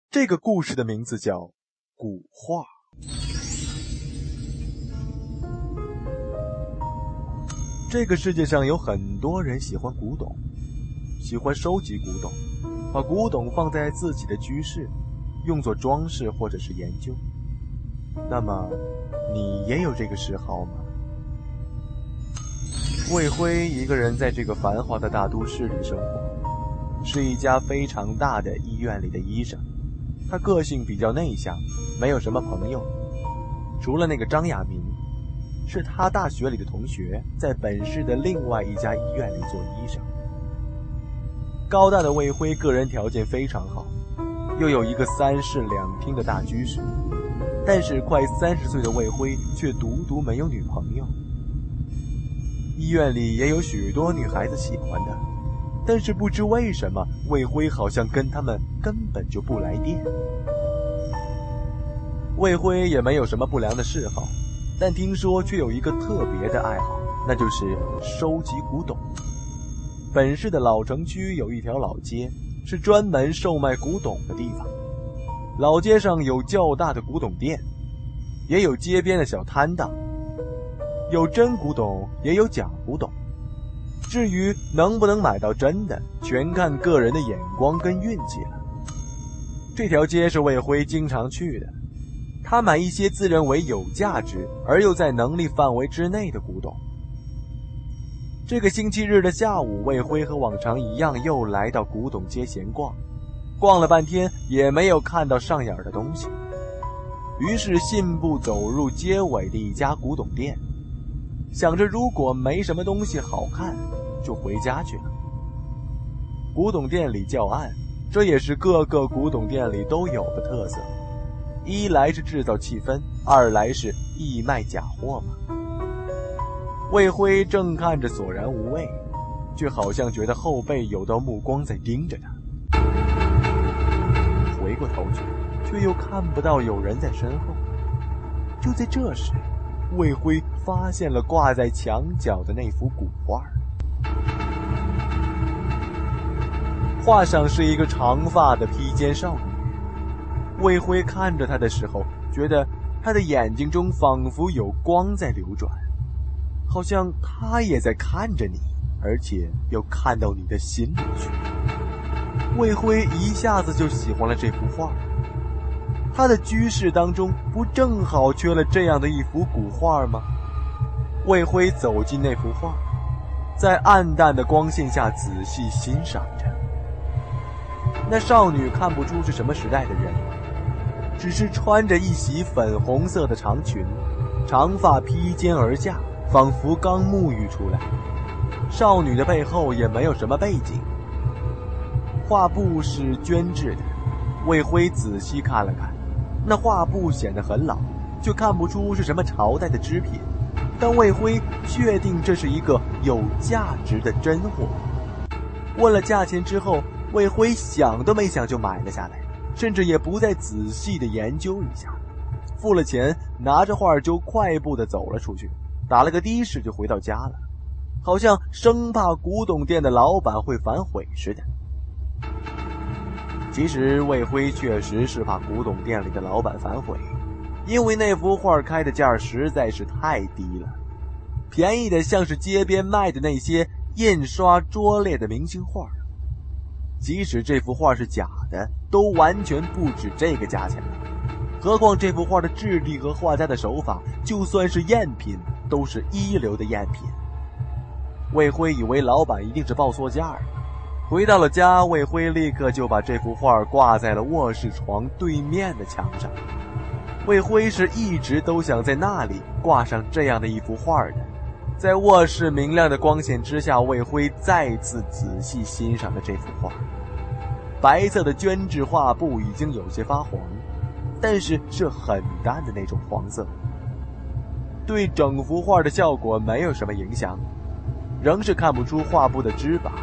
这个故事的名字叫《古画》。这个世界上有很多人喜欢古董，喜欢收集古董，把古董放在自己的居室，用作装饰或者是研究。那么，你也有这个嗜好吗？魏辉一个人在这个繁华的大都市里生活，是一家非常大的医院里的医生。他个性比较内向，没有什么朋友，除了那个张亚明，是他大学里的同学，在本市的另外一家医院里做医生。高大的魏辉个人条件非常好，又有一个3室2厅的大居室，但是快30岁的魏辉却独独没有女朋友。医院里也有许多女孩子喜欢他，但是不知为什么，魏辉好像跟他们根本就不来电。魏辉也没有什么不良的嗜好，但听说却有一个特别的爱好，那就是收集古董。本市的老城区有一条老街，是专门售卖古董的地方。老街上有较大的古董店，也有街边的小摊档，有真古董，也有假古董。至于能不能买到真的，全看个人的眼光跟运气了。这条街是魏辉经常去的，他买一些自认为有价值而又在能力范围之内的古董。这个星期日的下午，魏辉和往常一样又来到古董街闲逛，逛了半天也没有看到上眼的东西，于是信步走入街尾的一家古董店，想着如果没什么东西好看，就回家去了。古董店里较暗，这也是各个古董店里都有的特色。一来是制造气氛，二来是义卖假货嘛。魏辉正看着索然无味，却好像觉得后背有道目光在盯着他。回过头去，却又看不到有人在身后。就在这时，魏辉发现了挂在墙角的那幅古画。画上是一个长发的披肩少女。魏辉看着她的时候，觉得她的眼睛中仿佛有光在流转，好像她也在看着你，而且要看到你的心里去。魏辉一下子就喜欢了这幅画。他的居室当中不正好缺了这样的一幅古画吗？魏辉走进那幅画，在暗淡的光线下仔细欣赏着。那少女看不出是什么时代的人，只是穿着一袭粉红色的长裙，长发披肩而下，仿佛刚沐浴出来。少女的背后也没有什么背景。画布是绢制的，魏辉仔细看了看，那画布显得很老，却看不出是什么朝代的织品，但魏辉确定这是一个有价值的真货。问了价钱之后，魏辉想都没想就买了下来，甚至也不再仔细的研究一下。付了钱，拿着画就快步的走了出去，打了个的士就回到家了，好像生怕古董店的老板会反悔似的。其实魏辉确实是怕古董店里的老板反悔，因为那幅画开的价实在是太低了，便宜的像是街边卖的那些印刷拙劣的明星画。即使这幅画是假的，都完全不止这个价钱了。何况这幅画的质地和画家的手法，就算是赝品，都是一流的赝品。魏辉以为老板一定是报错价了。回到了家，魏辉立刻就把这幅画挂在了卧室床对面的墙上。魏辉是一直都想在那里挂上这样的一幅画的。在卧室明亮的光线之下，魏辉再次仔细欣赏了这幅画。白色的绢制画布已经有些发黄，但是是很淡的那种黄色，对整幅画的效果没有什么影响，仍是看不出画布的织法。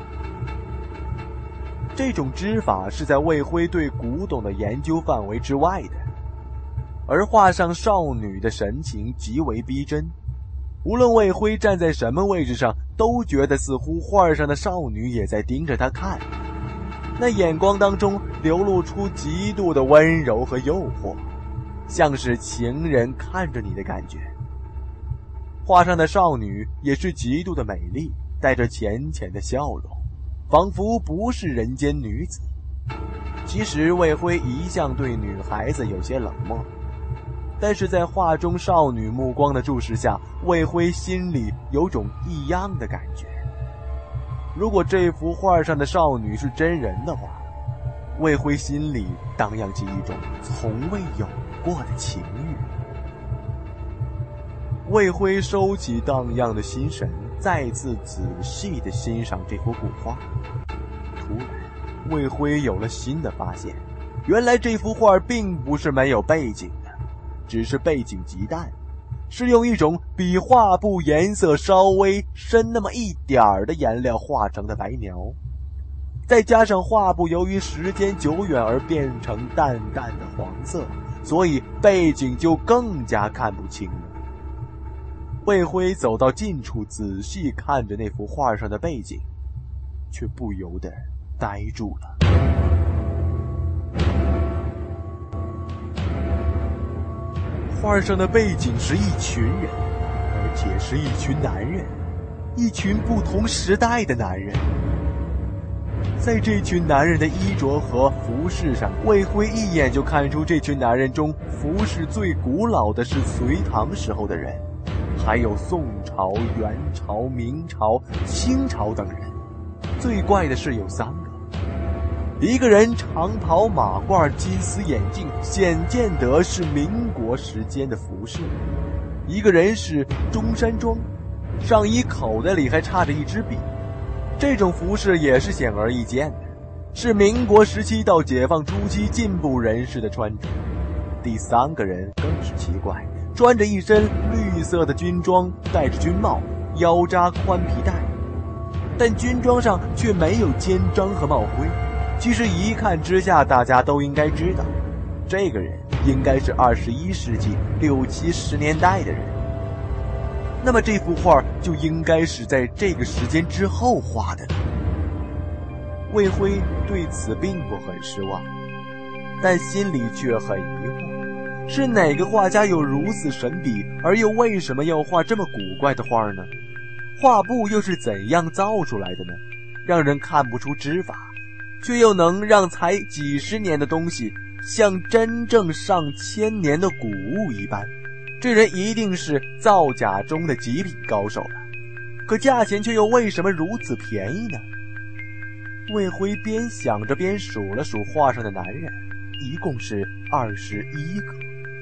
这种织法是在魏辉对古董的研究范围之外的，而画上少女的神情极为逼真，无论魏辉站在什么位置上，都觉得似乎画上的少女也在盯着他看。 那眼光当中流露出极度的温柔和诱惑，像是情人看着你的感觉。画上的少女也是极度的美丽，带着浅浅的笑容，仿佛不是人间女子。其实魏辉一向对女孩子有些冷漠，但是在画中少女目光的注视下，魏辉心里有种异样的感觉。如果这幅画上的少女是真人的话，魏辉心里荡漾起一种从未有过的情欲。魏辉收起荡漾的心神，再次仔细地欣赏这幅古画。突然，魏辉有了新的发现，原来这幅画并不是没有背景的，只是背景极淡，是用一种比画布颜色稍微深那么一点儿的颜料画成的白描，再加上画布由于时间久远而变成淡淡的黄色，所以背景就更加看不清了。魏辉走到近处，仔细看着那幅画上的背景，却不由得呆住了。画上的背景是一群人，而且是一群男人，一群不同时代的男人。在这群男人的衣着和服饰上，魏辉一眼就看出这群男人中服饰最古老的是隋唐时候的人，还有宋朝、元朝、明朝、清朝等人。最怪的是有3个，一个人长袍马褂金丝眼镜，显见得是民国时间的服饰；一个人是中山装，上衣口袋里还插着一支笔，这种服饰也是显而易见的，是民国时期到解放初期进步人士的穿着。第3个人更是奇怪，穿着一身绿色的军装，戴着军帽，腰扎宽皮带，但军装上却没有肩章和帽徽。其实一看之下，大家都应该知道，这个人应该是21世纪60、70年代的人。那么这幅画就应该是在这个时间之后画的了。魏辉对此并不很失望，但心里却很疑惑，是哪个画家有如此神笔，而又为什么要画这么古怪的画呢？画布又是怎样造出来的呢？让人看不出织法，却又能让才几十年的东西像真正上千年的古物一般。这人一定是造假中的极品高手了，可价钱却又为什么如此便宜呢？魏辉边想着边数了数画上的男人，一共是21个。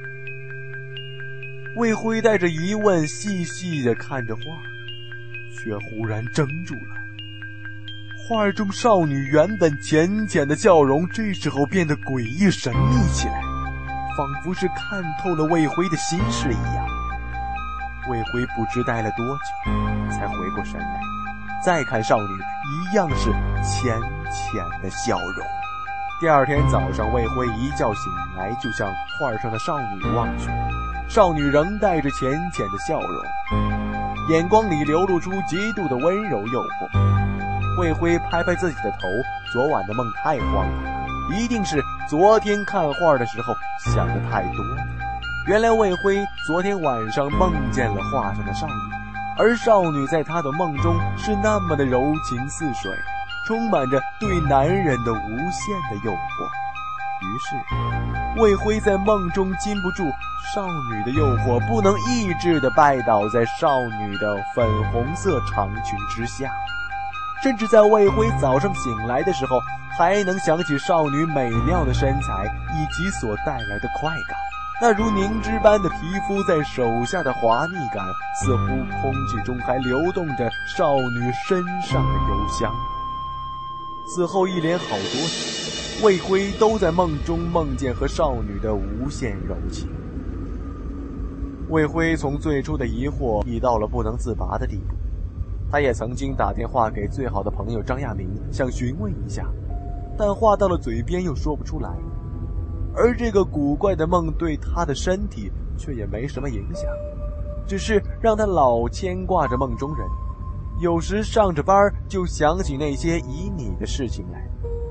魏辉带着疑问细细地看着画，却忽然怔住了。画中少女原本浅浅的笑容，这时候变得诡异神秘起来，仿佛是看透了魏辉的心事一样。魏辉不知待了多久，才回过神来，再看少女，一样是浅浅的笑容。第二天早上，魏辉一觉醒来，就向画上的少女望去，少女仍带着浅浅的笑容，眼光里流露出极度的温柔诱惑。魏辉拍拍自己的头，昨晚的梦太荒唐了，一定是昨天看画的时候想的太多了。原来魏辉昨天晚上梦见了画上的少女，而少女在他的梦中是那么的柔情似水，充满着对男人的无限的诱惑。于是魏辉在梦中禁不住少女的诱惑，不能抑制地拜倒在少女的粉红色长裙之下，甚至在魏辉早上醒来的时候，还能想起少女美妙的身材以及所带来的快感。那如凝脂般的皮肤在手下的滑腻感，似乎空气中还流动着少女身上的幽香。此后一连好多天，魏辉都在梦中梦见和少女的无限柔情。魏辉从最初的疑惑已到了不能自拔的地步，他也曾经打电话给最好的朋友张亚明，想询问一下，但话到了嘴边又说不出来。而这个古怪的梦对他的身体却也没什么影响，只是让他老牵挂着梦中人，有时上着班就想起那些旖旎的事情来。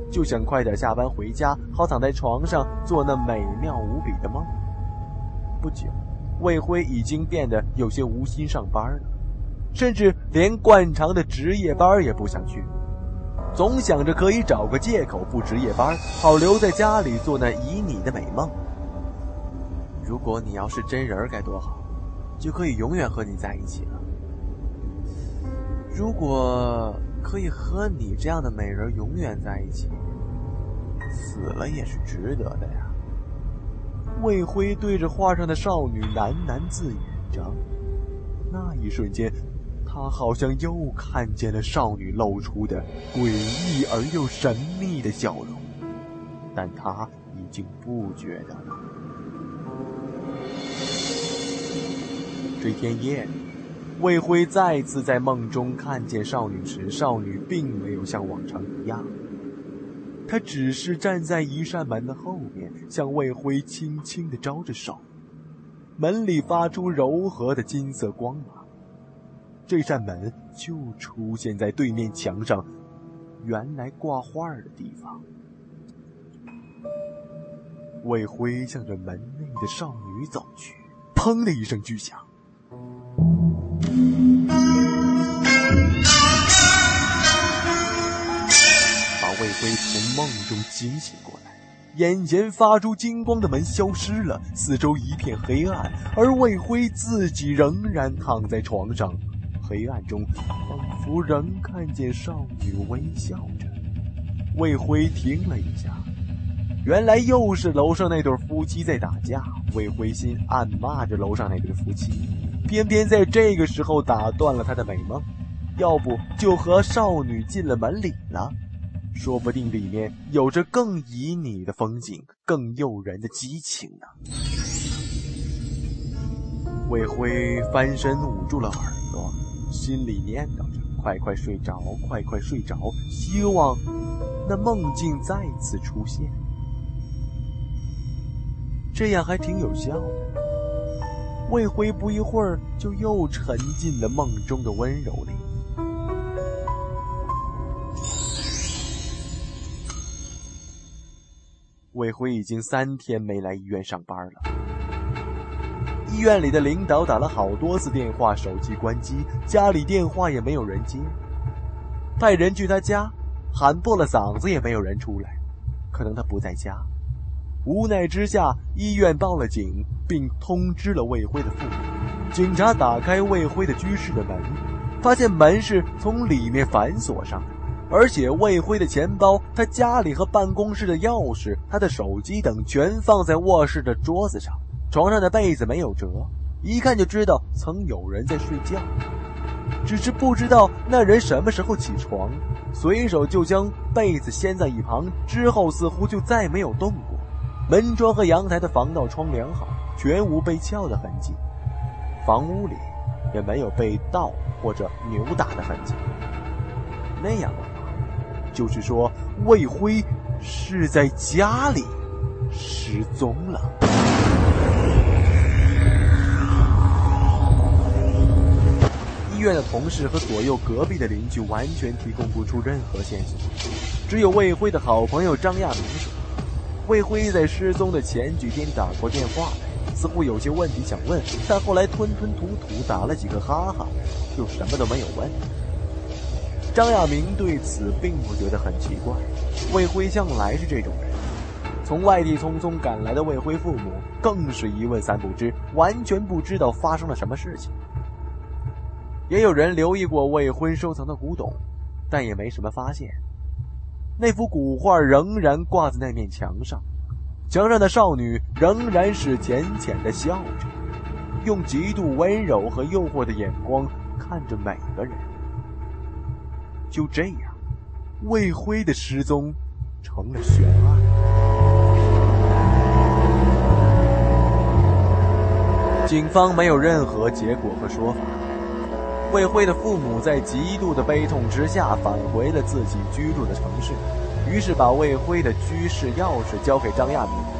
就想快点下班回家，好躺在床上做那美妙无比的梦。不久，魏辉已经变得有些无心上班了，甚至连惯常的值夜班也不想去，总想着可以找个借口不值夜班，好留在家里做那旖旎的美梦。如果你要是真人该多好，就可以永远和你在一起了。如果可以和你这样的美人永远在一起，死了也是值得的呀。魏辉对着画上的少女喃喃自语着，那一瞬间，他好像又看见了少女露出的诡异而又神秘的笑容，但他已经不觉得了。这天夜里，魏辉再次在梦中看见少女时，少女并没有像往常一样，她只是站在一扇门的后面，向魏辉轻轻地招着手，门里发出柔和的金色光芒。这扇门就出现在对面墙上原来挂画的地方。魏辉向着门内的少女走去，砰的一声巨响，把魏辉从梦中惊醒过来。眼前发出金光的门消失了，四周一片黑暗，而魏辉自己仍然躺在床上，黑暗中仿佛仍看见少女微笑着。魏辉停了一下，原来又是楼上那对夫妻在打架。魏辉心暗骂着楼上那对夫妻，偏偏在这个时候打断了他的美梦，要不就和少女进了门里了，说不定里面有着更旖旎的风景，更诱人的激情呢。魏辉翻身捂住了耳朵，心里念叨着快快睡着，快快睡着，希望那梦境再次出现，这样还挺有效的。魏辉不一会儿就又沉进了梦中的温柔里。魏辉已经3天没来医院上班了，医院里的领导打了好多次电话，手机关机，家里电话也没有人接，派人去他家喊破了嗓子也没有人出来，可能他不在家。无奈之下，医院报了警，并通知了魏辉的父母。警察打开魏辉的居室的门，发现门是从里面反锁上的，而且魏辉的钱包、他家里和办公室的钥匙、他的手机等全放在卧室的桌子上，床上的被子没有折，一看就知道曾有人在睡觉，只是不知道那人什么时候起床，随手就将被子掀在一旁，之后似乎就再没有动过。门窗和阳台的防盗窗良好，全无被撬的痕迹，房屋里也没有被盗或者扭打的痕迹。那样的话，就是说魏辉是在家里失踪了。医院的同事和左右隔壁的邻居完全提供不出任何线索，只有魏辉的好朋友张亚明说，魏辉在失踪的前几天打过电话来，似乎有些问题想问，但后来吞吞吐吐打了几个哈哈，就什么都没有问。张亚明对此并不觉得很奇怪，魏辉向来是这种人。从外地匆匆赶来的魏辉父母更是一问三不知，完全不知道发生了什么事情。也有人留意过魏辉收藏的古董，但也没什么发现。那幅古画仍然挂在那面墙上，墙上的少女仍然是浅浅地笑着，用极度温柔和诱惑的眼光看着每个人。就这样，魏辉的失踪成了悬案。警方没有任何结果和说法。魏辉的父母在极度的悲痛之下返回了自己居住的城市，于是把魏辉的居室钥匙交给张亚明，